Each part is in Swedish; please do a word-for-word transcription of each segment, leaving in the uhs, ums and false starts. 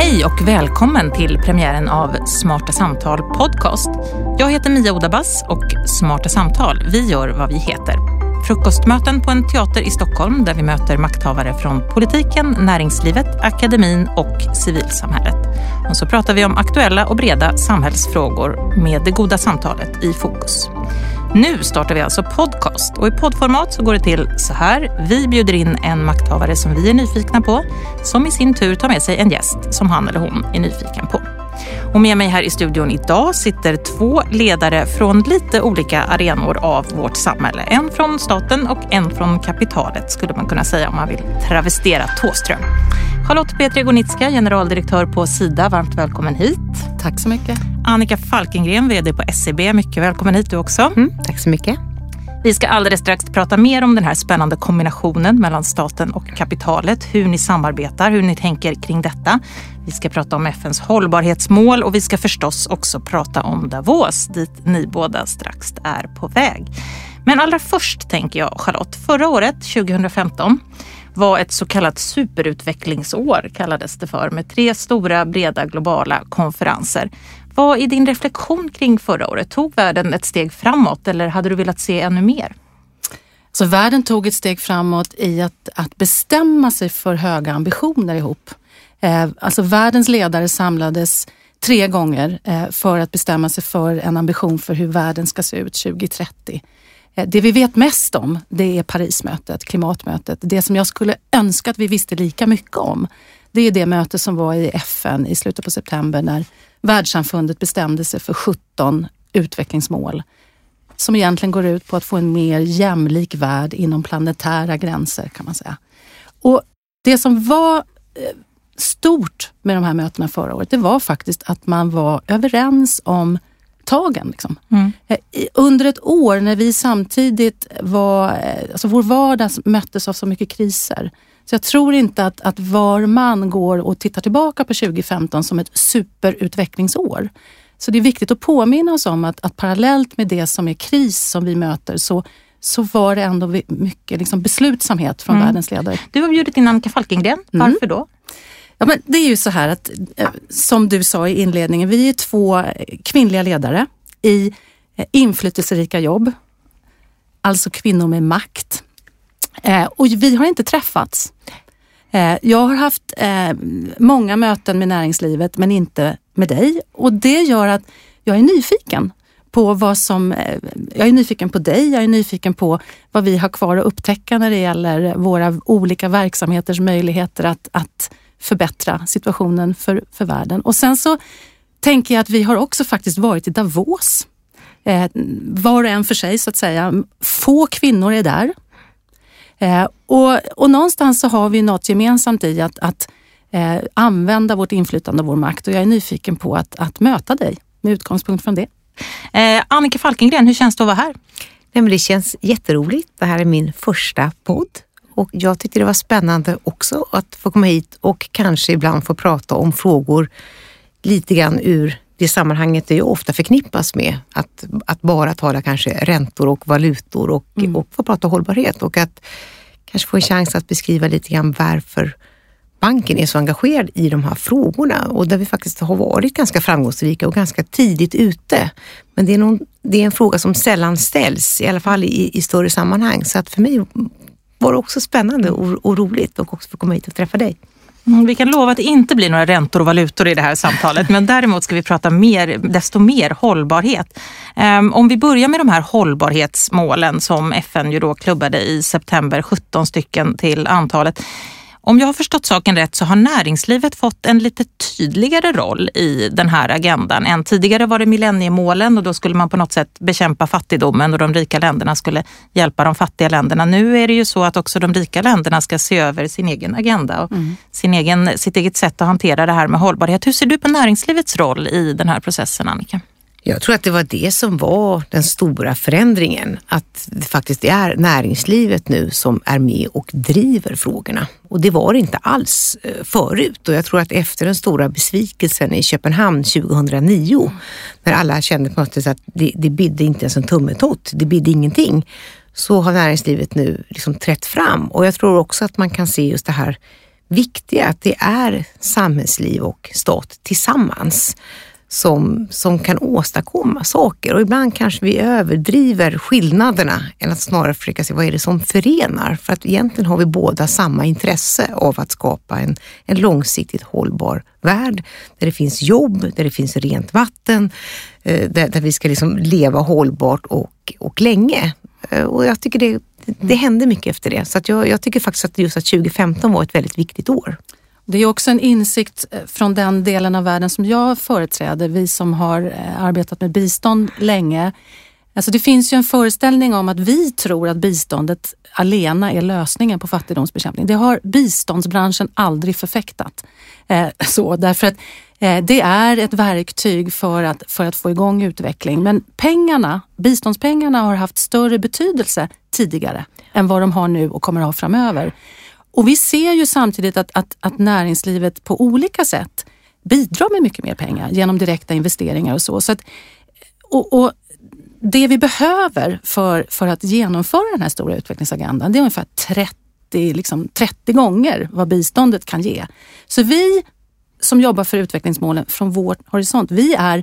Hej och välkommen till premiären av Smarta Samtal podcast. Jag heter Mia Odabas och Smarta Samtal, vi gör vad vi heter. Frukostmöten på en teater i Stockholm där vi möter makthavare från politiken, näringslivet, akademin och civilsamhället. Och så pratar vi om aktuella och breda samhällsfrågor med det goda samtalet i fokus. Nu startar vi alltså podcast och i poddformat så går det till så här. Vi bjuder in en makthavare som vi är nyfikna på som i sin tur tar med sig en gäst som han eller hon är nyfiken på. Och med mig här i studion idag sitter två ledare från lite olika arenor av vårt samhälle. En från staten och en från kapitalet skulle man kunna säga om man vill travestera Thåström. Charlotte Petri-Gornicka, generaldirektör på Sida, varmt välkommen hit. Tack så mycket. Annika Falkengren, vd på S E B, mycket välkommen hit du också. Mm, tack så mycket. Vi ska alldeles strax prata mer om den här spännande kombinationen mellan staten och kapitalet, hur ni samarbetar, hur ni tänker kring detta. Vi ska prata om F N:s hållbarhetsmål och vi ska förstås också prata om Davos, dit ni båda strax är på väg. Men allra först tänker jag, Charlotte, förra året, tjugohundrafemton, var ett så kallat superutvecklingsår, kallades det för, med tre stora, breda, globala konferenser. Vad är din reflektion kring förra året? Tog världen ett steg framåt eller hade du velat se ännu mer? Så världen tog ett steg framåt i att, att bestämma sig för höga ambitioner ihop. Eh, alltså världens ledare samlades tre gånger eh, för att bestämma sig för en ambition för hur världen ska se ut tjugohundratrettio. Eh, det vi vet mest om, det är Parismötet, klimatmötet. Det som jag skulle önska att vi visste lika mycket om, det är det möte som var i F N i slutet på september när världssamfundet bestämde sig för sjutton utvecklingsmål som egentligen går ut på att få en mer jämlik värld inom planetära gränser, kan man säga. Och det som var stort med de här mötena förra året, det var faktiskt att man var överens om tagen. Liksom. Mm. Under ett år när vi samtidigt var, alltså vår vardag möttes av så mycket kriser. Så jag tror inte att, att var man går och tittar tillbaka på tjugohundrafemton som ett superutvecklingsår. Så det är viktigt att påminna oss om att, att parallellt med det som är kris som vi möter så, så var det ändå mycket liksom beslutsamhet från mm. världens ledare. Du har bjudit in Annika Falkengren. Varför mm. då? Ja, men det är ju så här att, som du sa i inledningen, vi är två kvinnliga ledare i inflytelserika jobb. Alltså kvinnor med makt. Eh, och vi har inte träffats. Eh, jag har haft eh, många möten med näringslivet men inte med dig. Och det gör att jag är nyfiken på vad som... Eh, jag är nyfiken på dig, jag är nyfiken på vad vi har kvar att upptäcka när det gäller våra olika verksamheters möjligheter att, att förbättra situationen för, för världen. Och sen så tänker jag att vi har också faktiskt varit i Davos. Eh, var och en för sig så att säga. Få kvinnor är där. Eh, och, och någonstans så har vi något gemensamt i att, att eh, använda vårt inflytande och vår makt. Och jag är nyfiken på att, att möta dig med utgångspunkt från det. Eh, Annika Falkengren, hur känns det att vara här? Nej, men det känns jätteroligt. Det här är min första podd. Och jag tyckte det var spännande också att få komma hit och kanske ibland få prata om frågor lite grann ur det sammanhanget det ju ofta förknippas med. Att, att bara tala kanske räntor och valutor och, mm. och få prata hållbarhet. Och att kanske få en chans att beskriva lite grann varför banken är så engagerad i de här frågorna. Och där vi faktiskt har varit ganska framgångsrika och ganska tidigt ute. Men det är, någon, det är en fråga som sällan ställs, i alla fall i, i större sammanhang. Så att för mig var det också spännande och, och roligt och också få komma hit och träffa dig. Mm, vi kan lova att det inte blir några räntor och valutor i det här samtalet. Men däremot ska vi prata mer, desto mer hållbarhet. Um, om vi börjar med de här hållbarhetsmålen som F N ju då klubbade i september, sjutton stycken till antalet. Om jag har förstått saken rätt så har näringslivet fått en lite tydligare roll i den här agendan. Än tidigare var det millenniemålen och då skulle man på något sätt bekämpa fattigdomen och de rika länderna skulle hjälpa de fattiga länderna. Nu är det ju så att också de rika länderna ska se över sin egen agenda och mm. sin egen, sitt eget sätt att hantera det här med hållbarhet. Hur ser du på näringslivets roll i den här processen, Annika? Jag tror att det var det som var den stora förändringen. Att det faktiskt är näringslivet nu som är med och driver frågorna. Och det var det inte alls förut. Och jag tror att efter den stora besvikelsen i Köpenhamn tjugohundranio, mm. när alla kände på något sätt att det, det bidde inte ens en tummetott, det bidde ingenting, så har näringslivet nu liksom trätt fram. Och jag tror också att man kan se just det här viktiga, att det är samhällsliv och stat tillsammans som, som kan åstadkomma saker. Och ibland kanske vi överdriver skillnaderna än att snarare försöka se vad är det som förenar. För att egentligen har vi båda samma intresse av att skapa en, en långsiktigt hållbar värld där det finns jobb, där det finns rent vatten, där, där vi ska liksom leva hållbart och, och länge. Och jag tycker det, det hände mycket efter det. Så att jag, jag tycker faktiskt att just att tjugo femton var ett väldigt viktigt år. Det är också en insikt från den delen av världen som jag företräder, vi som har arbetat med bistånd länge. Alltså det finns ju en föreställning om att vi tror att biståndet alena är lösningen på fattigdomsbekämpning. Det har biståndsbranschen aldrig förfäktat. Eh, så, därför att eh, det är ett verktyg för att, för att få igång utveckling. Men pengarna, biståndspengarna har haft större betydelse tidigare än vad de har nu och kommer att ha framöver. Och vi ser ju samtidigt att, att, att näringslivet på olika sätt bidrar med mycket mer pengar genom direkta investeringar och så. så att, och, och det vi behöver för, för att genomföra den här stora utvecklingsagendan, det är ungefär trettio, liksom trettio gånger vad biståndet kan ge. Så vi som jobbar för utvecklingsmålen från vår horisont, vi är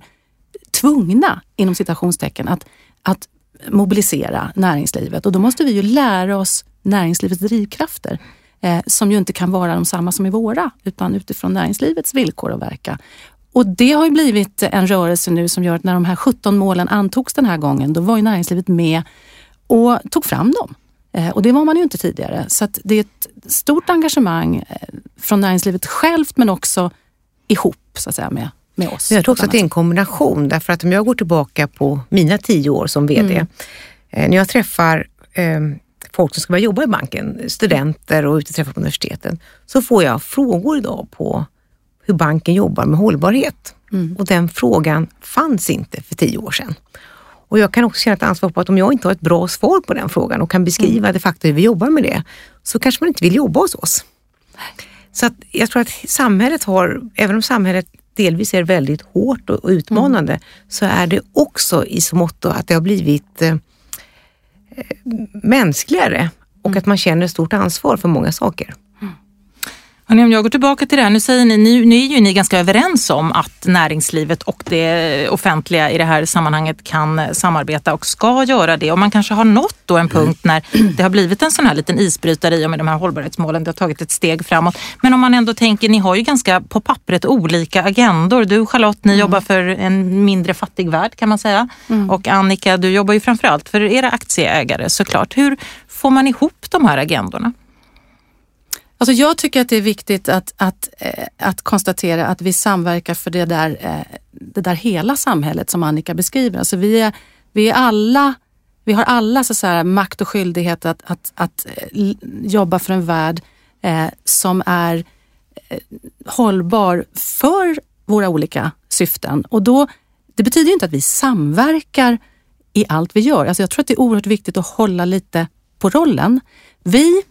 tvungna inom citationstecken att, att mobilisera näringslivet. Och då måste vi ju lära oss näringslivets drivkrafter. Eh, som ju inte kan vara de samma som i våra, utan utifrån näringslivets villkor att verka. Och det har ju blivit en rörelse nu som gör att när de här sjutton målen antogs den här gången, då var ju näringslivet med och tog fram dem. Eh, och det var man ju inte tidigare. Så att det är ett stort engagemang eh, från näringslivet självt, men också ihop så att säga med, med oss. Jag tror också att det är en kombination, därför att om jag går tillbaka på mina tio år som vd, mm. eh, när jag träffar eh, folk som ska börja jobba i banken, studenter och ute träffa på universiteten, så får jag frågor idag på hur banken jobbar med hållbarhet. Mm. Och den frågan fanns inte för tio år sedan. Och jag kan också känna ett ansvar på att om jag inte har ett bra svar på den frågan och kan beskriva mm. de facto hur vi jobbar med det, så kanske man inte vill jobba hos oss. Så att jag tror att samhället har, även om samhället delvis är väldigt hårt och utmanande, mm. så är det också i så mått att det har blivit eh, mänskligare och mm. att man känner stort ansvar för många saker. Mm. Om jag går tillbaka till det här, nu säger ni, nu, nu är ju ni ganska överens om att näringslivet och det offentliga i det här sammanhanget kan samarbeta och ska göra det. Och man kanske har nått då en punkt när det har blivit en sån här liten isbrytare i och med de här hållbarhetsmålen. Det har tagit ett steg framåt. Men om man ändå tänker, ni har ju ganska på pappret olika agendor. Du Charlotte, ni mm. jobbar för en mindre fattig värld kan man säga. Mm. Och Annika, du jobbar ju framförallt för era aktieägare såklart. Hur får man ihop de här agendorna? Alltså jag tycker att det är viktigt att, att, att konstatera att vi samverkar för det där, det där hela samhället som Annika beskriver. Alltså vi, är, vi, är alla, vi har alla så att säga, makt och skyldighet att, att, att jobba för en värld eh, som är eh, hållbar för våra olika syften. Och då, det betyder ju inte att vi samverkar i allt vi gör. Alltså jag tror att det är oerhört viktigt att hålla lite på rollen. Vi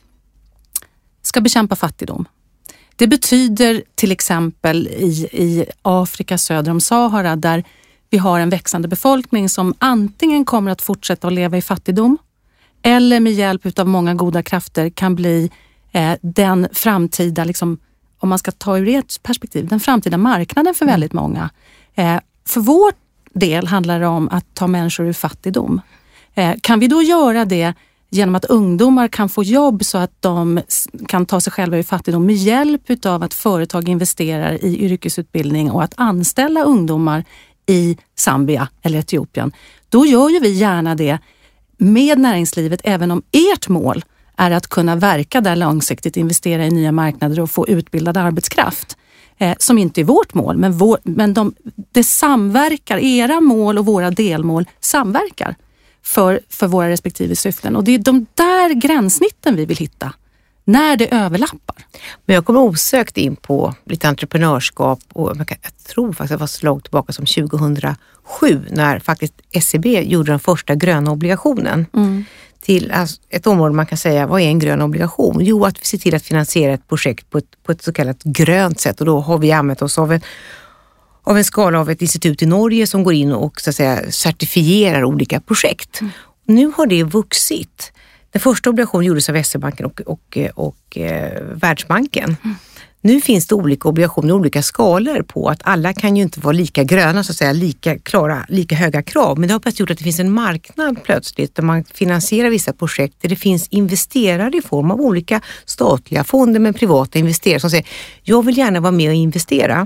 ska bekämpa fattigdom. Det betyder till exempel i, i Afrika söder om Sahara, där vi har en växande befolkning som antingen kommer att fortsätta att leva i fattigdom eller med hjälp av många goda krafter kan bli eh, den framtida, liksom, om man ska ta ur ett perspektiv, den framtida marknaden för väldigt många. Eh, för vår del handlar det om att ta människor ur fattigdom. Eh, kan vi då göra det genom att ungdomar kan få jobb så att de kan ta sig själva ur fattigdom med hjälp av att företag investerar i yrkesutbildning och att anställa ungdomar i Zambia eller Etiopien. Då gör ju vi gärna det med näringslivet, även om ert mål är att kunna verka där långsiktigt, investera i nya marknader och få utbildad arbetskraft. Eh, som inte är vårt mål, men, vår, men de, det samverkar, era mål och våra delmål samverkar. För, för våra respektive syften. Och det är de där gränssnitten vi vill hitta när det överlappar. Men jag kommer osökt in på lite entreprenörskap och jag tror faktiskt att det var så långt tillbaka som tjugohundrasju när faktiskt S E B gjorde den första gröna obligationen mm. till alltså, ett område man kan säga, vad är en grön obligation? Jo, att vi ser till att finansiera ett projekt på ett, på ett så kallat grönt sätt och då har vi använt oss av en av en skala av ett institut i Norge som går in och så att säga certifierar olika projekt. Mm. Nu har det vuxit Den första obligationen gjordes av S E-banken och, och, och eh, Världsbanken. Mm. Nu finns det olika obligationer, olika skalor på att alla kan ju inte vara lika gröna, så att säga, lika klara, lika höga krav. Men det har plötsligt gjort att det finns en marknad plötsligt där man finansierar vissa projekt där det finns investerare i form av olika statliga fonder med privata investerare som säger jag vill gärna vara med och investera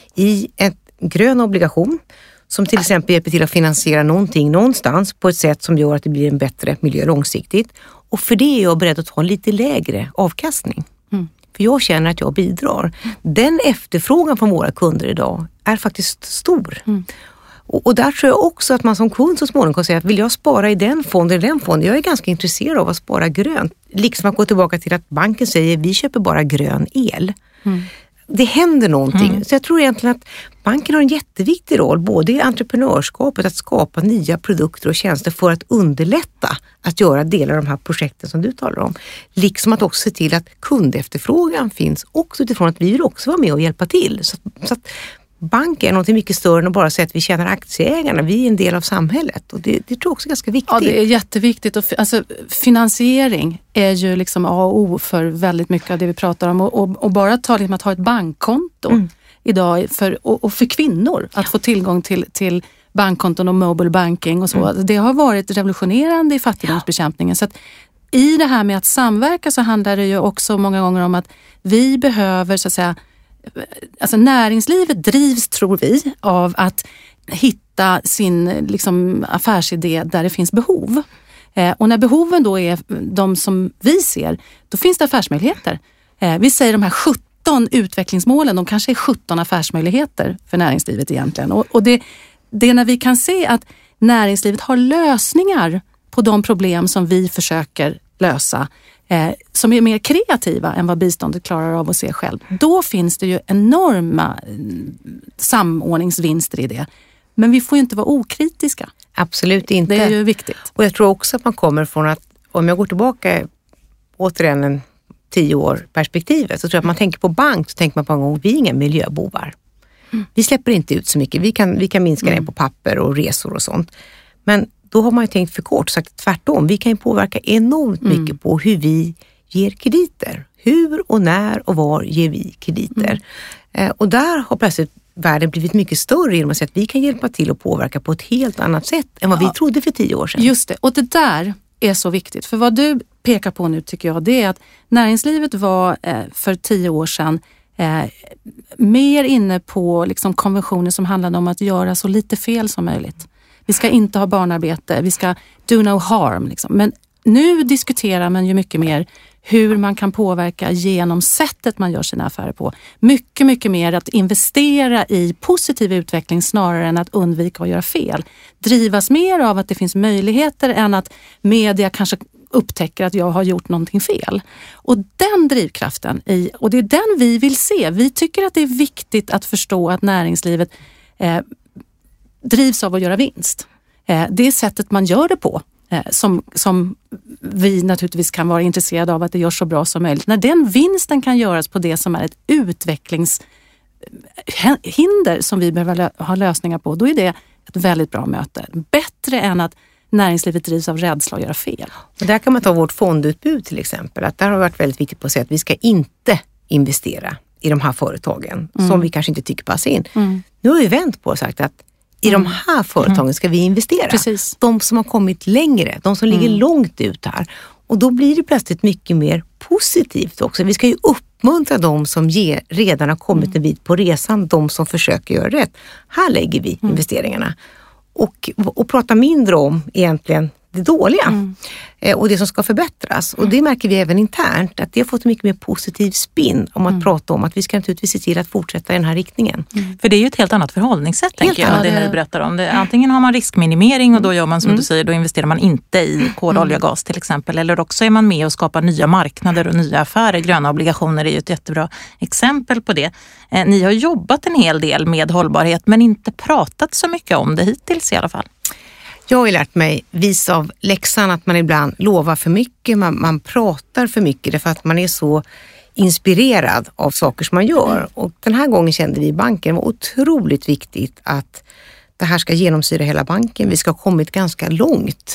i en grön obligation som till exempel hjälper till att finansiera någonting någonstans på ett sätt som gör att det blir en bättre miljö långsiktigt. Och för det är jag beredd att ta en lite lägre avkastning. Mm. För jag känner att jag bidrar. Den efterfrågan från våra kunder idag är faktiskt stor. Mm. Och, och där tror jag också att man som kund så småningom kan säga att vill jag spara i den fonden eller den fonden? Jag är ganska intresserad av att spara grönt. Liksom att gå tillbaka till att banken säger vi köper bara grön el. Mm. Det händer någonting. Mm. Så jag tror egentligen att banken har en jätteviktig roll både i entreprenörskapet att skapa nya produkter och tjänster för att underlätta att göra delar av de här projekten som du talar om. Liksom att också se till att kundefterfrågan finns också utifrån att vi vill också vara med och hjälpa till. Så, så att banken är något mycket större än att bara säga att vi tjänar aktieägarna. Vi är en del av samhället och det, det tror jag också är ganska viktigt. Ja, det är jätteviktigt. Och, alltså, finansiering är ju liksom A och O för väldigt mycket av det vi pratar om. Och, och, och bara ta liksom att ha ett bankkonto mm. idag för, och, och för kvinnor att ja. få tillgång till, till bankkonton och mobile banking och så. Mm. Det har varit revolutionerande i fattigdomsbekämpningen. Ja. Så att i det här med att samverka så handlar det ju också många gånger om att vi behöver så att säga alltså näringslivet drivs, tror vi, av att hitta sin liksom, affärsidé där det finns behov. Eh, och när behoven då är de som vi ser, då finns det affärsmöjligheter. Eh, vi säger de här sjutton utvecklingsmålen, de kanske är sjutton affärsmöjligheter för näringslivet egentligen. Och, och det, det är när vi kan se att näringslivet har lösningar på de problem som vi försöker lösa. Eh, som är mer kreativa än vad biståndet klarar av att se själv. Då finns det ju enorma eh, samordningsvinster i det. Men vi får ju inte vara okritiska. Absolut inte. Det är ju viktigt. Och jag tror också att man kommer från att, om jag går tillbaka återigen en tio år perspektivet, så tror jag att man tänker på bank, så tänker man på en gång, vi är inga miljöbovar. Mm. Vi släpper inte ut så mycket. Vi kan, vi kan minska mm. det på papper och resor och sånt. Men då har man ju tänkt för kort, sagt tvärtom. Vi kan ju påverka enormt mm. mycket på hur vi ger krediter. Hur och när och var ger vi krediter? Mm. Eh, och där har plötsligt världen blivit mycket större genom att säga att vi kan hjälpa till att påverka på ett helt annat sätt än vad ja. vi trodde för tio år sedan. Just det, och det där är så viktigt. För vad du pekar på nu tycker jag, det är att näringslivet var eh, för tio år sedan eh, mer inne på liksom, konventioner som handlade om att göra så lite fel som möjligt. Vi ska inte ha barnarbete, vi ska do no harm. Liksom. Men nu diskuterar man ju mycket mer hur man kan påverka genom sättet man gör sina affärer på. Mycket, mycket mer att investera i positiv utveckling snarare än att undvika att göra fel. Drivas mer av att det finns möjligheter än att media kanske upptäcker att jag har gjort någonting fel. Och den drivkraften, i, och det är den vi vill se. Vi tycker att det är viktigt att förstå att näringslivet eh, drivs av att göra vinst. Eh, det är sättet man gör det på. Som, som vi naturligtvis kan vara intresserade av att det görs så bra som möjligt. När den vinsten kan göras på det som är ett utvecklingshinder som vi behöver lö- ha lösningar på, då är det ett väldigt bra möte. Bättre än att näringslivet drivs av rädsla att göra fel. Och där kan man ta vårt fondutbud till exempel. Att där har varit väldigt viktigt på att säga att vi ska inte investera i de här företagen mm. som vi kanske inte tycker passar in. Mm. Nu har vi vänt på och sagt att i mm. de här företagen ska vi investera. Precis. De som har kommit längre, de som ligger mm. långt ut här. Och då blir det plötsligt mycket mer positivt också. Vi ska ju uppmuntra de som ger, redan har kommit mm. en bit på resan, de som försöker göra rätt. Här lägger vi mm. investeringarna. Och, och prata mindre om egentligen det dåliga mm. eh, och det som ska förbättras. Mm. Och det märker vi även internt, att det har fått mycket mer positiv spin om att mm. prata om att vi ska naturligtvis se till att fortsätta i den här riktningen. Mm. För det är ju ett helt annat förhållningssätt, helt tänker jag, det ni berättar om. Det, antingen har man riskminimering och då gör man som mm. du säger, då investerar man inte i kol, olja, gas till exempel. Eller också är man med och skapar nya marknader och nya affärer. Gröna obligationer är ju ett jättebra exempel på det. Eh, ni har jobbat en hel del med hållbarhet men inte pratat så mycket om det hittills i alla fall. Jag har ju lärt mig vis av läxan att man ibland lovar för mycket, man, man pratar för mycket därför att man är så inspirerad av saker som man gör. Och den här gången kände vi i banken det var otroligt viktigt att det här ska genomsyra hela banken. Vi ska ha kommit ganska långt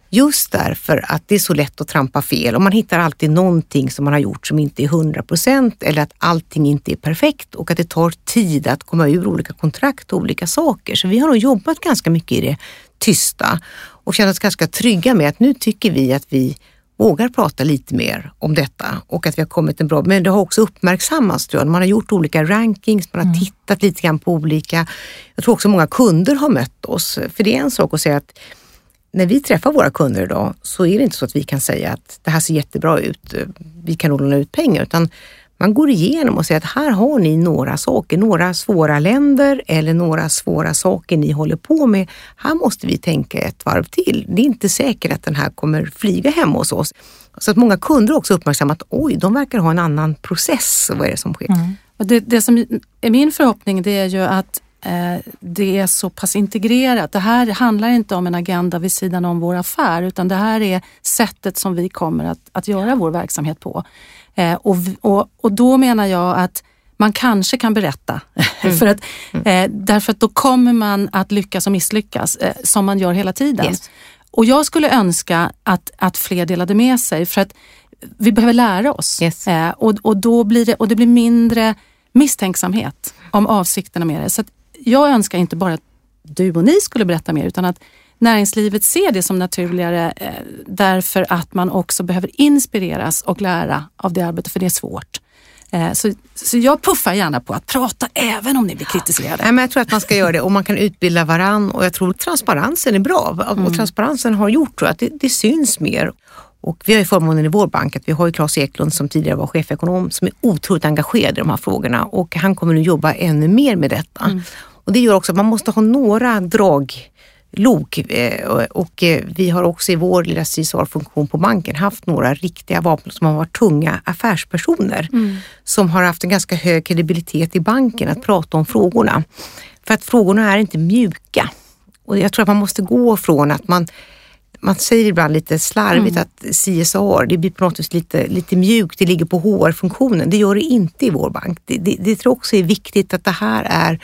Just därför att det är så lätt att trampa fel och man hittar alltid någonting som man har gjort som inte är hundra procent eller att allting inte är perfekt och att det tar tid att komma ur olika kontrakt och olika saker. Så vi har nog jobbat ganska mycket i det tysta och känner oss ganska trygga med att nu tycker vi att vi vågar prata lite mer om detta och att vi har kommit en bra, men det har också uppmärksammats tror jag. Man har gjort olika rankings, man har mm. tittat lite grann på olika, jag tror också många kunder har mött oss, för det är en sak att säga att när vi träffar våra kunder idag så är det inte så att vi kan säga att det här ser jättebra ut, vi kan låna ut pengar, utan man går igenom och säger att här har ni några saker, några svåra länder eller några svåra saker ni håller på med. Här måste vi tänka ett varv till. Det är inte säkert att den här kommer flyga hem hos oss. Så att många kunder också uppmärksammat att oj, de verkar ha en annan process. Vad är det som sker? Mm. Och det, det som är min förhoppning det är ju att eh, det är så pass integrerat. Det här handlar inte om en agenda vid sidan om vår affär utan det här är sättet som vi kommer att, att göra vår verksamhet på. Eh, och, och, och då menar jag att man kanske kan berätta. Mm. för att, eh, därför att då kommer man att lyckas och misslyckas eh, som man gör hela tiden. Yes. Och jag skulle önska att, att fler delade med sig för att vi behöver lära oss. Yes. Eh, och, och, då blir det, och det blir mindre misstänksamhet om avsikterna med det. Så att jag önskar inte bara att du och ni skulle berätta mer utan att näringslivet ser det som naturligare eh, därför att man också behöver inspireras och lära av det arbetet för det är svårt. Eh, så, så jag puffar gärna på att prata även om ni blir kritiserade. Ja, men jag tror att man ska göra det och man kan utbilda varann och jag tror att transparensen är bra och mm. transparensen har gjort tror jag, att det, det syns mer. Och vi har ju förmånen i vår bank att vi har ju Claes Eklund som tidigare var chefekonom som är otroligt engagerad i de här frågorna och han kommer nu jobba ännu mer med detta. Mm. Och det gör också att man måste ha några drag lok och vi har också i vår lilla C S R-funktion på banken haft några riktiga vapen som har varit tunga affärspersoner mm. som har haft en ganska hög kredibilitet i banken att prata om frågorna. För att frågorna är inte mjuka och jag tror att man måste gå från att man man säger ibland lite slarvigt mm. att C S R, det blir på något vis lite, lite mjukt, det ligger på H R-funktionen. Det gör det inte i vår bank. Det, det, det tror jag också är viktigt att det här är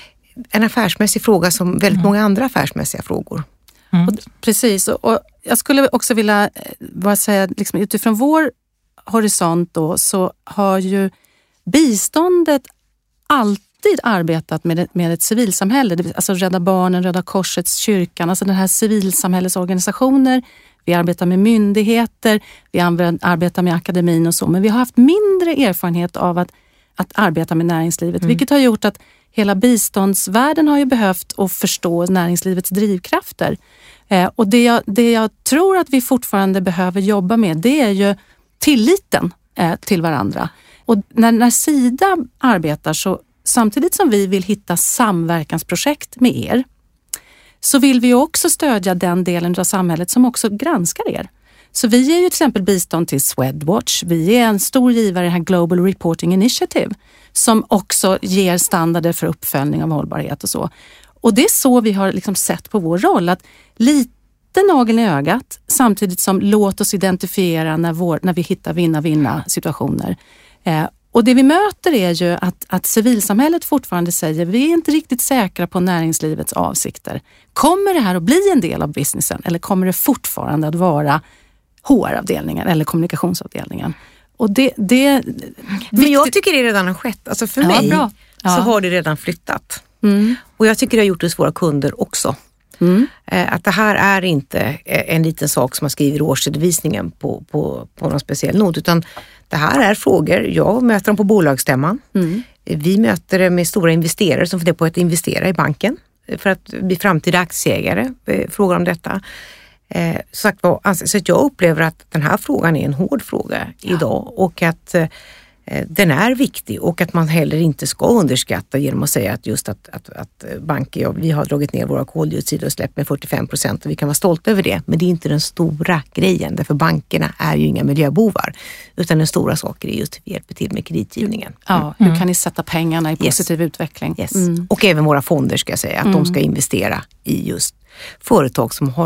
en affärsmässig fråga som väldigt mm. många andra affärsmässiga frågor. Mm. Och, precis, och, och jag skulle också vilja bara säga liksom, utifrån vår horisont då, så har ju biståndet alltid arbetat med ett, med ett civilsamhälle, alltså Rädda Barnen, Röda Korsets, kyrkan, alltså den här civilsamhällesorganisationer. Vi arbetar med myndigheter, vi arbetar med akademin och så, men vi har haft mindre erfarenhet av att, att arbeta med näringslivet, mm. vilket har gjort att hela biståndsvärlden har ju behövt att förstå näringslivets drivkrafter. Eh, och det jag, det jag tror att vi fortfarande behöver jobba med, det är ju tilliten eh, till varandra. Och när, när Sida arbetar så, samtidigt som vi vill hitta samverkansprojekt med er, så vill vi också stödja den delen av samhället som också granskar er. Så vi ger ju till exempel bistånd till Swedwatch. Vi är en stor givare i den här Global Reporting Initiative som också ger standarder för uppföljning av hållbarhet och så. Och det är så vi har liksom sett på vår roll, att lite nageln i ögat samtidigt som låt oss identifiera när, vår, när vi hittar vinna-vinna situationer. Eh, och det vi möter är ju att, att civilsamhället fortfarande säger vi är inte riktigt säkra på näringslivets avsikter. Kommer det här att bli en del av businessen eller kommer det fortfarande att vara H R-avdelningen eller kommunikationsavdelningen? Och det, det, Men jag tycker det redan har skett. Alltså för ja, mig bra. Ja. Så har det redan flyttat. Mm. Och jag tycker det har gjort det hos våra kunder också. Mm. Att det här är inte en liten sak som man skriver i årsredovisningen på, på, på någon speciell not, utan det här är frågor. Jag möter dem på bolagsstämman. Mm. Vi möter det med stora investerare som funderar på att investera i banken för att bli framtida aktieägare. Frågar om detta. Eh, så, sagt, så att jag upplever att den här frågan är en hård fråga ja. idag och att eh, den är viktig och att man heller inte ska underskatta genom att säga att just att, att, att banker, ja, vi har dragit ner våra koldioxidutsläpp med fyrtiofem procent och vi kan vara stolta över det, men det är inte den stora grejen, därför bankerna är ju inga miljöbovar, utan den stora saken är just att vi hjälper till med kreditgivningen. Ja, mm. hur kan ni sätta pengarna i positiv yes. utveckling? Yes. Mm. Och även våra fonder ska jag säga, att mm. de ska investera i just företag som har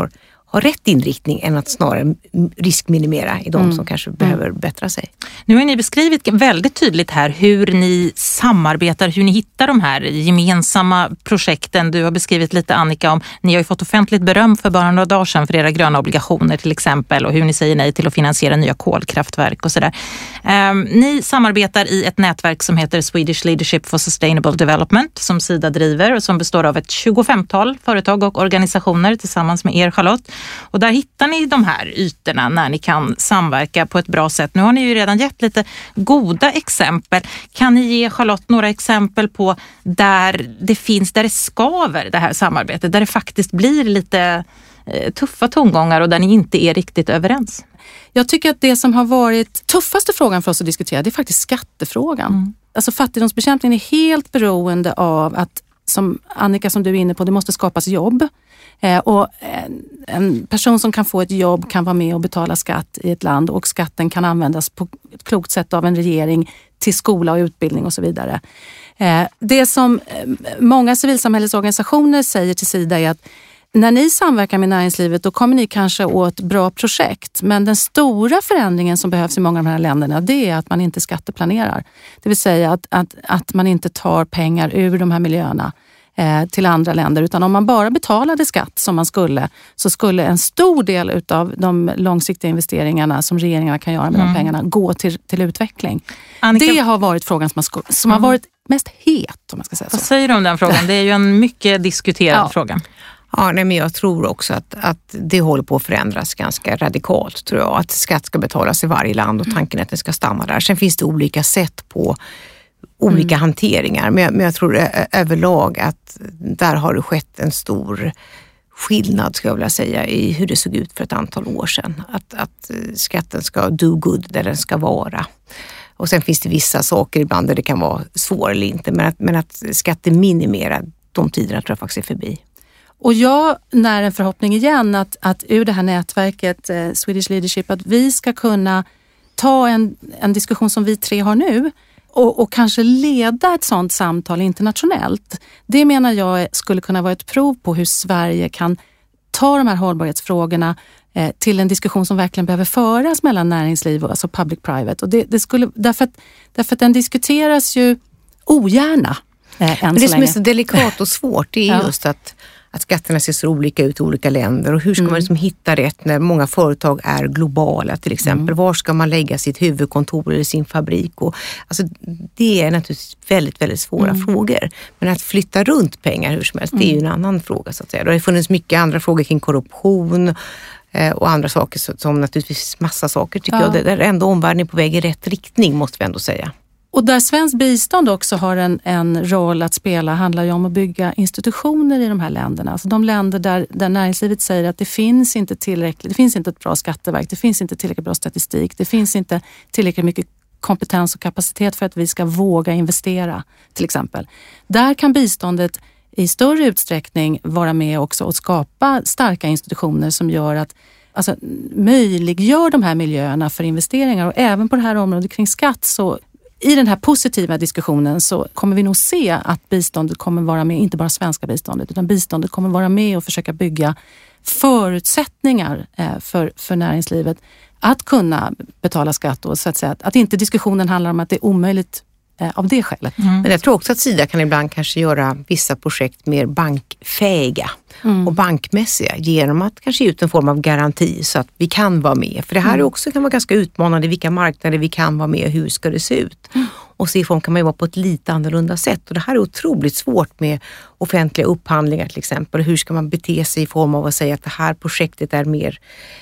ha rätt inriktning än att snarare riskminimera i de Mm. som kanske behöver bättra sig. Nu har ni beskrivit väldigt tydligt här hur ni samarbetar, hur ni hittar de här gemensamma projekten. Du har beskrivit lite, Annika, om ni har ju fått offentligt beröm för bara några dagar sedan för era gröna obligationer till exempel, och hur ni säger nej till att finansiera nya kolkraftverk och sådär. Um, ni samarbetar i ett nätverk som heter Swedish Leadership for Sustainable Development som Sida driver och som består av ett tjugofemtal företag och organisationer tillsammans med er, Charlotte. Och där hittar ni de här ytorna när ni kan samverka på ett bra sätt. Nu har ni ju redan gett lite goda exempel. Kan ni ge, Charlotte, några exempel på där det finns, där det skaver det här samarbetet, där det faktiskt blir lite eh, tuffa tongångar och där ni inte är riktigt överens? Jag tycker att det som har varit tuffaste frågan för oss att diskutera, det är faktiskt skattefrågan. Mm. Alltså fattigdomsbekämpningen är helt beroende av att, som Annika, som du är inne på, det måste skapas jobb. Eh, och en, en person som kan få ett jobb kan vara med och betala skatt i ett land, och skatten kan användas på ett klokt sätt av en regering till skola och utbildning och så vidare. Eh, det som många civilsamhällesorganisationer säger till Sida är att när ni samverkar med näringslivet, då kommer ni kanske åt bra projekt. Men den stora förändringen som behövs i många av de här länderna, det är att man inte skatteplanerar. Det vill säga att, att, att man inte tar pengar ur de här miljöerna eh, till andra länder. Utan om man bara betalade skatt som man skulle, så skulle en stor del utav de långsiktiga investeringarna som regeringarna kan göra med mm. de pengarna gå till, till utveckling. Annika, det har varit frågan som har, som mm. har varit mest het, om man ska säga så. Vad säger du om den frågan? Det är ju en mycket diskuterad ja. fråga. Ja, nej, men jag tror också att, att det håller på att förändras ganska radikalt, tror jag. Att skatt ska betalas i varje land och tanken är att den ska stanna där. Sen finns det olika sätt på olika mm. hanteringar. Men jag, men jag tror ö- överlag att där har det skett en stor skillnad, ska jag vilja säga, i hur det såg ut för ett antal år sedan. Att, att skatten ska do good där den ska vara. Och sen finns det vissa saker ibland där det kan vara svårt eller inte. Men att, men att skatteminimera, de tiderna tror jag faktiskt är förbi. Och jag när en förhoppning igen att, att ur det här nätverket eh, Swedish Leadership, att vi ska kunna ta en, en diskussion som vi tre har nu och, och kanske leda ett sådant samtal internationellt. Det menar jag skulle kunna vara ett prov på hur Sverige kan ta de här hållbarhetsfrågorna eh, till en diskussion som verkligen behöver föras mellan näringsliv och alltså public-private. Och det, det skulle, därför, att, därför att den diskuteras ju ogärna eh, än Men det så som länge. är så delikat och svårt, det är ja. just att att skatterna ser så olika ut i olika länder, och hur ska mm. man liksom hitta rätt när många företag är globala till exempel. Mm. Var ska man lägga sitt huvudkontor eller sin fabrik? Och, alltså, det är naturligtvis väldigt, väldigt svåra mm. frågor. Men att flytta runt pengar hur som helst, mm. det är ju en annan fråga så att säga. Det har funnits mycket andra frågor kring korruption eh, och andra saker som, som naturligtvis massa saker tycker ja. jag. Det, där ändå omvärlden är på väg i rätt riktning, måste vi ändå säga. Och där svensk bistånd också har en, en roll att spela handlar ju om att bygga institutioner i de här länderna. Alltså de länder där, där näringslivet säger att det finns inte tillräckligt, det finns inte ett bra skatteverk, det finns inte tillräckligt bra statistik, det finns inte tillräckligt mycket kompetens och kapacitet för att vi ska våga investera till exempel. Där kan biståndet i större utsträckning vara med också och skapa starka institutioner som gör att alltså, möjliggör de här miljöerna för investeringar. Och även på det här området kring skatt, så i den här positiva diskussionen så kommer vi nog se att biståndet kommer vara med, inte bara svenska biståndet, utan biståndet kommer vara med och försöka bygga förutsättningar för, för näringslivet att kunna betala skatt, och så att säga, att inte diskussionen handlar om att det är omöjligt av det skälet. Mm. Men jag tror också att Sida kan ibland kanske göra vissa projekt mer bankfähiga mm. och bankmässiga genom att kanske ge ut en form av garanti så att vi kan vara med. För det här mm. också kan vara ganska utmanande, vilka marknader vi kan vara med och hur ska det se ut. Mm. Och se form kan man ju vara på ett lite annorlunda sätt. Och det här är otroligt svårt med offentliga upphandlingar till exempel. Hur ska man bete sig i form av att säga att det här projektet är mer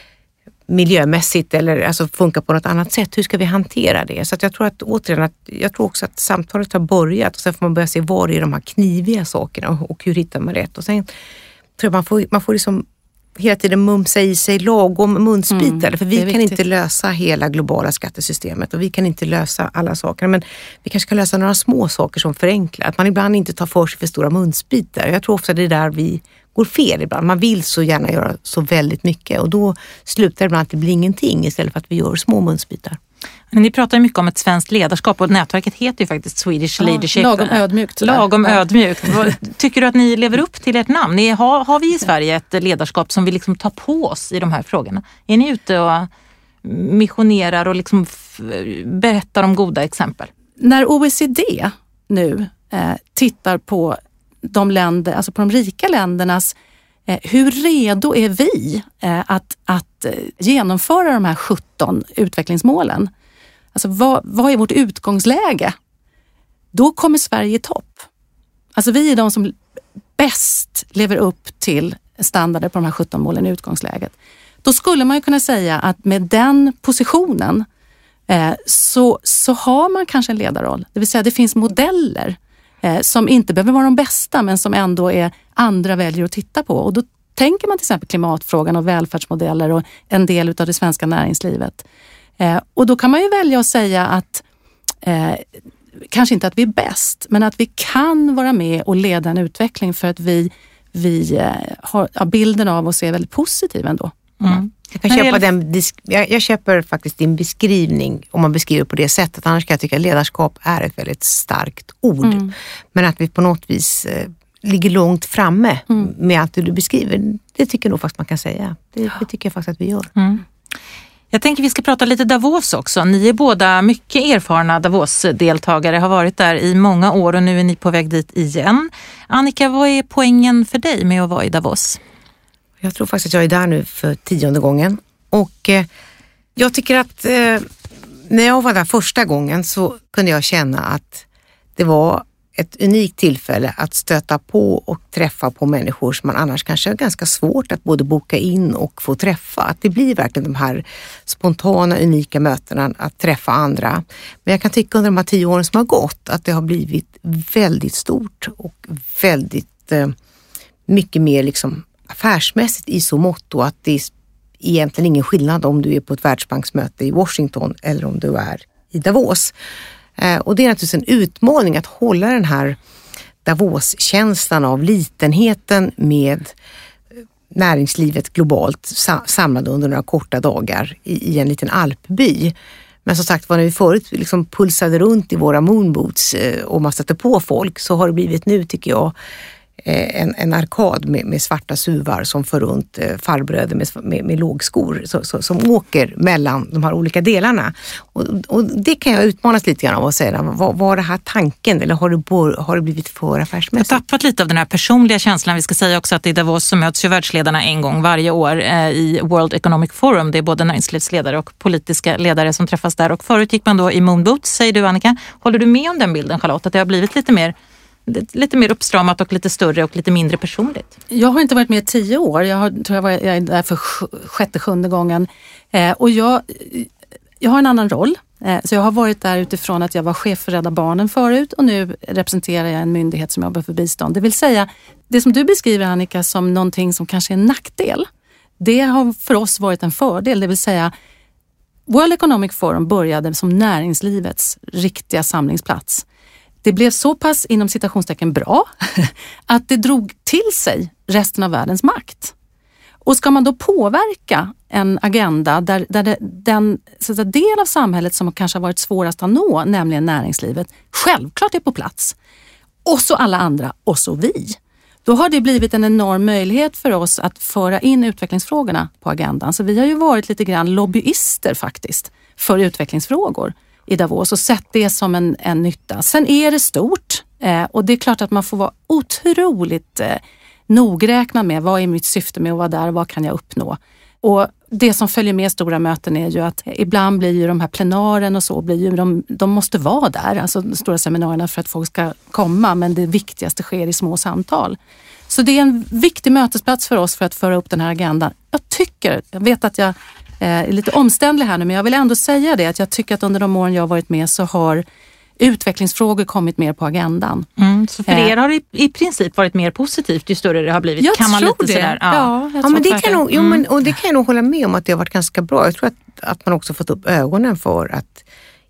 miljömässigt eller alltså funkar på något annat sätt. Hur ska vi hantera det? Så att jag tror att återigen att jag tror också att samtalet har börjat, och sen får man börja se var är de här kniviga sakerna och, och hur hittar man rätt. Och sen tror jag man får, man får liksom hela tiden mumsa i sig lagom munsbitar. Mm, för vi kan viktigt. inte lösa hela globala skattesystemet och vi kan inte lösa alla saker. Men vi kanske kan lösa några små saker som förenklar. Att man ibland inte tar för sig för stora munsbitar. Jag tror ofta det är där vi går fel ibland. Man vill så gärna göra så väldigt mycket och då slutar det ibland att det blir ingenting istället för att vi gör små munsbitar. Ni pratar ju mycket om ett svenskt ledarskap och nätverket heter ju faktiskt Swedish ja, Leadership. Lagom ödmjukt. Lagom ödmjukt. Tycker du att ni lever upp till ert namn? Ni, har, har vi i Sverige ett ledarskap som vill liksom ta på oss i de här frågorna? Är ni ute och missionerar och liksom f- berättar om goda exempel? När O E C D nu eh, tittar på de länder, alltså på de rika ländernas, eh, hur redo är vi eh, att, att eh, genomföra de här sjutton utvecklingsmålen? Alltså vad, vad är vårt utgångsläge? Då kommer Sverige i topp. Alltså vi är de som bäst lever upp till standarder på de här sjutton målen i utgångsläget. Då skulle man ju kunna säga att med den positionen eh, så, så har man kanske en ledarroll. Det vill säga det finns modeller eh, som inte behöver vara de bästa men som ändå är andra väljer att titta på. Och då tänker man till exempel klimatfrågan och välfärdsmodeller och en del av det svenska näringslivet. Eh, och då kan man ju välja att säga att eh, kanske inte att vi är bäst, men att vi kan vara med och leda en utveckling för att vi, vi eh, har ja, bilden av oss är väldigt positiv ändå. Mm. Jag, kan köpa den, jag, jag köper faktiskt din beskrivning om man beskriver på det sättet. Annars kan jag tycka att ledarskap är ett väldigt starkt ord. Mm. Men att vi på något vis eh, ligger långt framme mm. med allt det du beskriver, det tycker jag nog faktiskt man kan säga. Det, det tycker jag faktiskt att vi gör. Mm. Jag tänker vi ska prata lite Davos också. Ni är båda mycket erfarna Davos-deltagare, har varit där i många år och nu är ni på väg dit igen. Annika, vad är poängen för dig med att vara i Davos? Jag tror faktiskt att jag är där nu för tionde gången. Och eh, jag tycker att eh, när jag var där första gången så kunde jag känna att det var ett unikt tillfälle att stöta på och träffa på människor som man annars kanske är ganska svårt att både boka in och få träffa. Att det blir verkligen de här spontana, unika mötena att träffa andra. Men jag kan tycka under de här tio åren som har gått att det har blivit väldigt stort och väldigt eh, mycket mer liksom affärsmässigt i så motto att det är egentligen ingen skillnad om du är på ett världsbanksmöte i Washington eller om du är i Davos. Och det är naturligtvis en utmaning att hålla den här Davos-känslan av litenheten med näringslivet globalt samlade under några korta dagar i en liten alpby. Men som sagt, när vi förut liksom pulsade runt i våra moonboots och man satte på folk så har det blivit nu, tycker jag, En, en arkad med, med svarta suvar som för runt eh, farbröder med, med, med lågskor så, så, som åker mellan de här olika delarna. Och, och det kan jag utmanas lite grann av att säga. Var, var det här tanken eller har det, bor, har det blivit för affärsmässigt? Jag har tappat lite av den här personliga känslan. Vi ska säga också att i Davos så möts ju världsledarna en gång varje år eh, i World Economic Forum. Det är både näringslivsledare och politiska ledare som träffas där. Och förut gick man då i moonboots, säger du Annika. Håller du med om den bilden, Charlotte? Att det har blivit lite mer lite mer uppstramat och lite större och lite mindre personligt? Jag har inte varit med i tio år. Jag, har, tror jag, var, jag är där för sjätte, sjunde gången. Eh, och jag, jag har en annan roll. Eh, så jag har varit där utifrån att jag var chef för Rädda Barnen förut och nu representerar jag en myndighet som jobbar för bistånd. Det vill säga, det som du beskriver, Annika, som någonting som kanske är en nackdel, det har för oss varit en fördel. Det vill säga, World Economic Forum började som näringslivets riktiga samlingsplats. Det blev så pass inom citationstecken bra att det drog till sig resten av världens makt. Och ska man då påverka en agenda där, där det, den så att säga, del av samhället som kanske har varit svårast att nå, nämligen näringslivet, självklart är på plats. Och så alla andra, och så vi. Då har det blivit en enorm möjlighet för oss att föra in utvecklingsfrågorna på agendan. Så vi har ju varit lite grann lobbyister faktiskt för utvecklingsfrågor i Davos och sett det som en, en nytta. Sen är det stort eh, och det är klart att man får vara otroligt eh, nogräknad med vad är mitt syfte med att vara där och vad kan jag uppnå. Och det som följer med stora möten är ju att ibland blir ju de här plenaren och så, blir ju de, de måste vara där, alltså de stora seminarierna för att folk ska komma, men det viktigaste sker i små samtal. Så det är en viktig mötesplats för oss för att föra upp den här agendan. Jag tycker, jag vet att jag är lite omständlig här nu, men jag vill ändå säga det att jag tycker att under de åren jag har varit med så har utvecklingsfrågor kommit mer på agendan. Mm, så för er har det i, i princip varit mer positivt ju större det har blivit? Jag kan man tror lite det. Sådär, ja, ja. jag ja men det kan nog, jo, mm. men, och det kan jag nog hålla med om att det har varit ganska bra. Jag tror att, att man också fått upp ögonen för att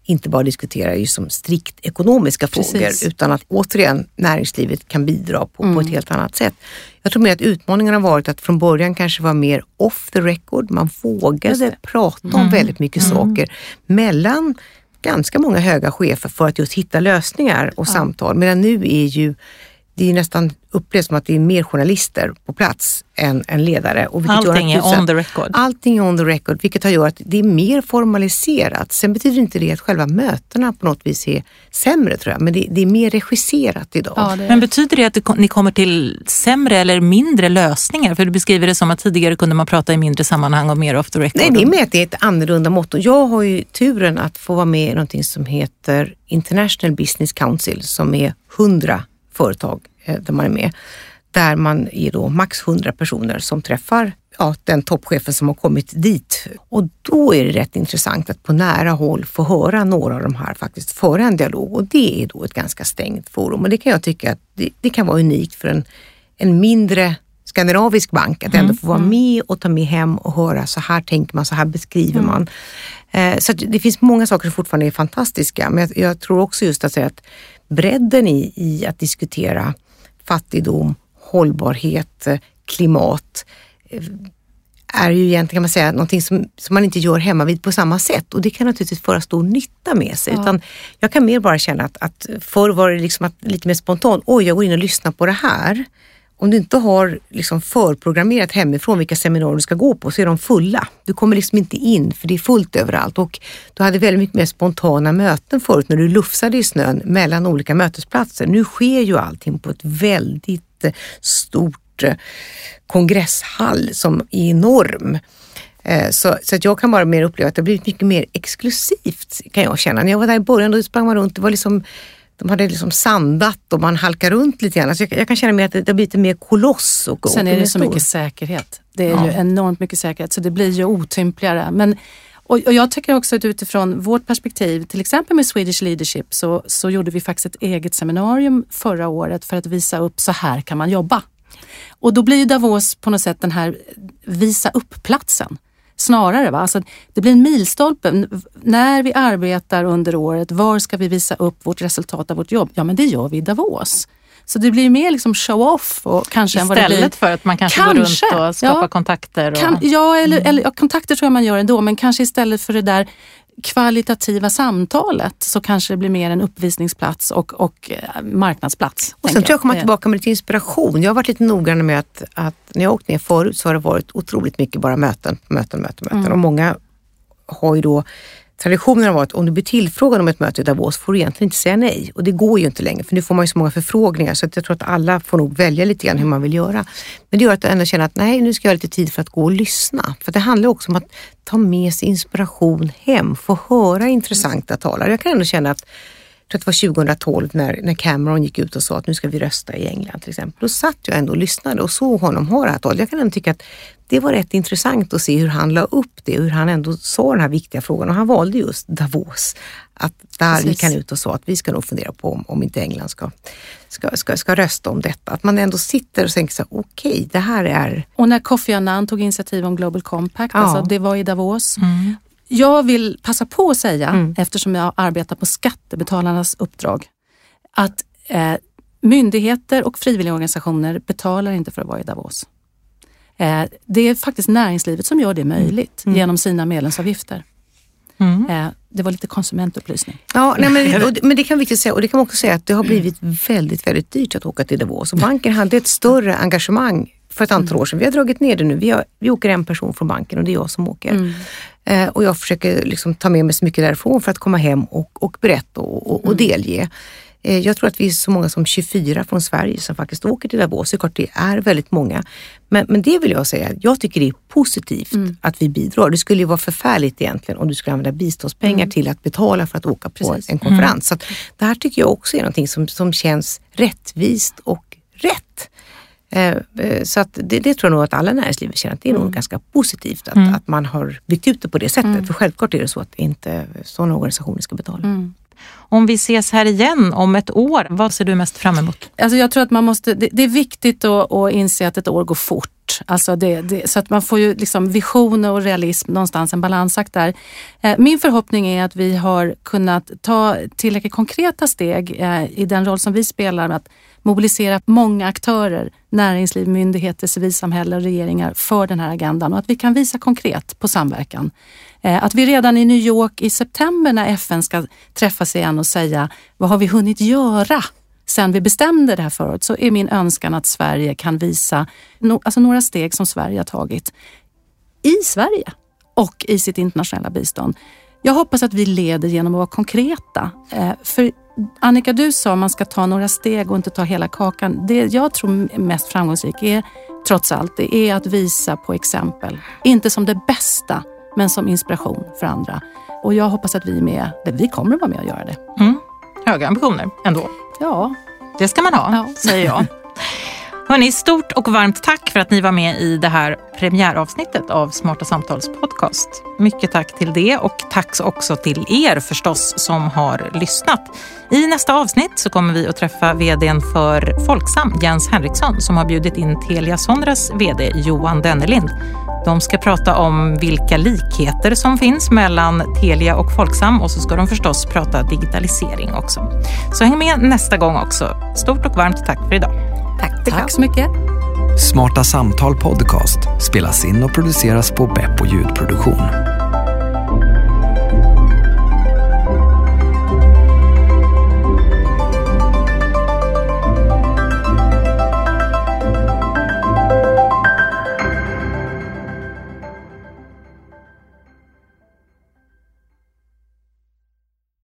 inte bara diskuterar ju som strikt ekonomiska Precis. frågor, utan att återigen näringslivet kan bidra på, mm. på ett helt annat sätt. Jag tror mer att utmaningen har varit att från början kanske vara mer off the record. Man vågade prata om mm. väldigt mycket mm. saker mellan ganska många höga chefer för att just hitta lösningar och ja. samtal. Medan nu är ju det är nästan upplevs som att det är mer journalister på plats än, än ledare. Och allting är on the record. Allting är on the record, vilket har gjort att det är mer formaliserat. Sen betyder inte det att själva mötena på något vis är sämre, tror jag. Men det, det är mer regisserat idag. Ja, det är... Men betyder det att det, ni kommer till sämre eller mindre lösningar? För du beskriver det som att tidigare kunde man prata i mindre sammanhang och mer off the record. Nej, det är med att det är ett annorlunda motto. Jag har ju turen att få vara med i någonting som heter International Business Council, som är hundra företag där man är med. Där man är då max hundra personer som träffar ja, den toppchefen som har kommit dit. Och då är det rätt intressant att på nära håll få höra några av de här faktiskt föra en dialog. Och det är då ett ganska stängt forum. Och det kan jag tycka att det, det kan vara unikt för en, en mindre skandinavisk bank att ändå få vara med och ta med hem och höra så här tänker man, så här beskriver man. Eh, så det finns många saker som fortfarande är fantastiska. Men jag, jag tror också just att säga att bredden i, i att diskutera fattigdom, hållbarhet, klimat är ju egentligen, kan man säga, någonting som, som man inte gör hemma vid på samma sätt. Och det kan naturligtvis föra stor nytta med sig. Ja. Utan jag kan mer bara känna att, att förr var det liksom att, lite mer spontant, oj jag går in och lyssnar på det här. Om du inte har liksom förprogrammerat hemifrån vilka seminarier du ska gå på, så är de fulla. Du kommer liksom inte in för det är fullt överallt. Och du hade väldigt mycket mer spontana möten förut när du lufsade i snön mellan olika mötesplatser. Nu sker ju allting på ett väldigt stort kongresshall som är enorm. Så, så att jag kan bara mer uppleva att det har blivit mycket mer exklusivt, kan jag känna. När jag var där i början då sprang man runt, det var liksom de hade liksom sandat och man halkar runt lite grann. Alltså jag, jag kan känna mig att det, det blir lite mer koloss. Och, Sen och är det så stor. mycket säkerhet. Det är ja. ju enormt mycket säkerhet, så det blir ju otympligare. Men, och, och jag tycker också att utifrån vårt perspektiv, till exempel med Swedish Leadership, så, så gjorde vi faktiskt ett eget seminarium förra året för att visa upp så här kan man jobba. Och då blir ju Davos på något sätt den här visa upp-platsen. Snarare, va? Alltså, det blir en milstolpe. När vi arbetar under året, var ska vi visa upp vårt resultat av vårt jobb? Ja, men det gör vi i Davos. Så det blir mer liksom show-off. Och kanske istället än vad det blir. För att man kanske, kanske går runt och skapar ja, kontakter. Och... Kan, ja, eller, mm. eller ja, kontakter tror jag man gör ändå. Men kanske istället för det där kvalitativa samtalet så kanske det blir mer en uppvisningsplats och, och marknadsplats. Och sen tror jag komma tillbaka med lite inspiration. Jag har varit lite noggrann med att, att när jag åkt ner förut så har det varit otroligt mycket bara möten, möten, möten, möten. Mm. Och många har ju då, traditionen har varit om du blir tillfrågad om ett möte i Davos får du egentligen inte säga nej. Och det går ju inte längre för nu får man ju så många förfrågningar så att jag tror att alla får nog välja lite grann hur man vill göra. Men det gör att jag ändå känner att nej, nu ska jag ha lite tid för att gå och lyssna. För det handlar också om att ta med sig inspiration hem, få höra intressanta talare. Jag kan ändå känna att jag tror att det var tjugohundratolv när, när Cameron gick ut och sa att nu ska vi rösta i England till exempel. Då satt jag ändå och lyssnade och såg honom ha det här talet. Jag kan ändå tycka att det var rätt intressant att se hur han la upp det och hur han ändå sa den här viktiga frågan. Och han valde just Davos. Att där Precis. gick han ut och sa att vi ska nog fundera på om, om inte England ska, ska, ska, ska rösta om detta. Att man ändå sitter och tänker så här, okej, okay, det här är... Och när Kofi Annan tog initiativ om Global Compact, ja. alltså det var i Davos. Mm. Jag vill passa på att säga, mm. eftersom jag arbetar på skattebetalarnas uppdrag, att eh, myndigheter och frivilligorganisationer betalar inte för att vara i Davos. Eh, det är faktiskt näringslivet som gör det möjligt mm. genom sina medlemsavgifter. Mm. Eh, det var lite konsumentupplysning. Ja, nej, men, och, men det kan vi inte säga, och det kan man också säga att det har blivit väldigt, väldigt dyrt att åka till Davos. Och banken hade ett större engagemang för ett antal år sedan. Vi har dragit ner det nu. Vi, har, vi åker en person från banken och det är jag som åker. Mm. Eh, och jag försöker liksom ta med mig så mycket därifrån för att komma hem och, och berätta och, och, och delge. Eh, jag tror att vi är så många som tjugofyra från Sverige som faktiskt åker till Davos. Så klart det är väldigt många. Men, men det vill jag säga, jag tycker det är positivt mm. att vi bidrar. Det skulle ju vara förfärligt egentligen om du skulle använda biståndspengar mm. till att betala för att åka på en, en konferens. Mm. Så att det här tycker jag också är någonting som, som känns rättvist och rätt. Så att det, det tror jag nog att alla näringsliv känner att det är nog mm. ganska positivt att, mm. att man har byggt ut det på det sättet. Mm. För självklart är det så att inte sådana organisationer ska betala. Mm. Om vi ses här igen om ett år, vad ser du mest fram emot? Alltså jag tror att man måste, det, det är viktigt att, att inse att ett år går fort. bort. Alltså det, det, så att man får ju liksom visioner och realism någonstans, en balansakt där. Eh, min förhoppning är att vi har kunnat ta tillräckligt konkreta steg eh, i den roll som vi spelar med att mobilisera många aktörer, näringsliv, myndigheter, civilsamhälle och regeringar för den här agendan och att vi kan visa konkret på samverkan. Eh, att vi redan i New York i september när F N ska träffas igen och säga vad har vi hunnit göra sen vi bestämde det här förut, så är min önskan att Sverige kan visa no, alltså några steg som Sverige har tagit i Sverige och i sitt internationella bistånd. Jag hoppas att vi leder genom att vara konkreta. Eh, för Annika, du sa att man ska ta några steg och inte ta hela kakan. Det jag tror är mest framgångsrikt är trots allt det är att visa på exempel. Inte som det bästa, men som inspiration för andra. Och jag hoppas att vi är med, vi kommer att vara med och göra det. Mm. Höga ambitioner ändå. Ja. Det ska man ha, ja. säger jag. Hörrni, stort och varmt tack för att ni var med i det här premiäravsnittet av Smarta Samtals podcast. Mycket tack till det och tack också till er förstås som har lyssnat. I nästa avsnitt så kommer vi att träffa vdn för Folksam, Jens Henriksson, som har bjudit in Telia Sonras vd Johan Dennelind. De ska prata om vilka likheter som finns mellan Telia och Folksam och så ska de förstås prata digitalisering också. Så häng med nästa gång också. Stort och varmt tack för idag. Tack, tack så mycket. Smarta Samtal podcast spelas in och produceras på Beppo ljudproduktion.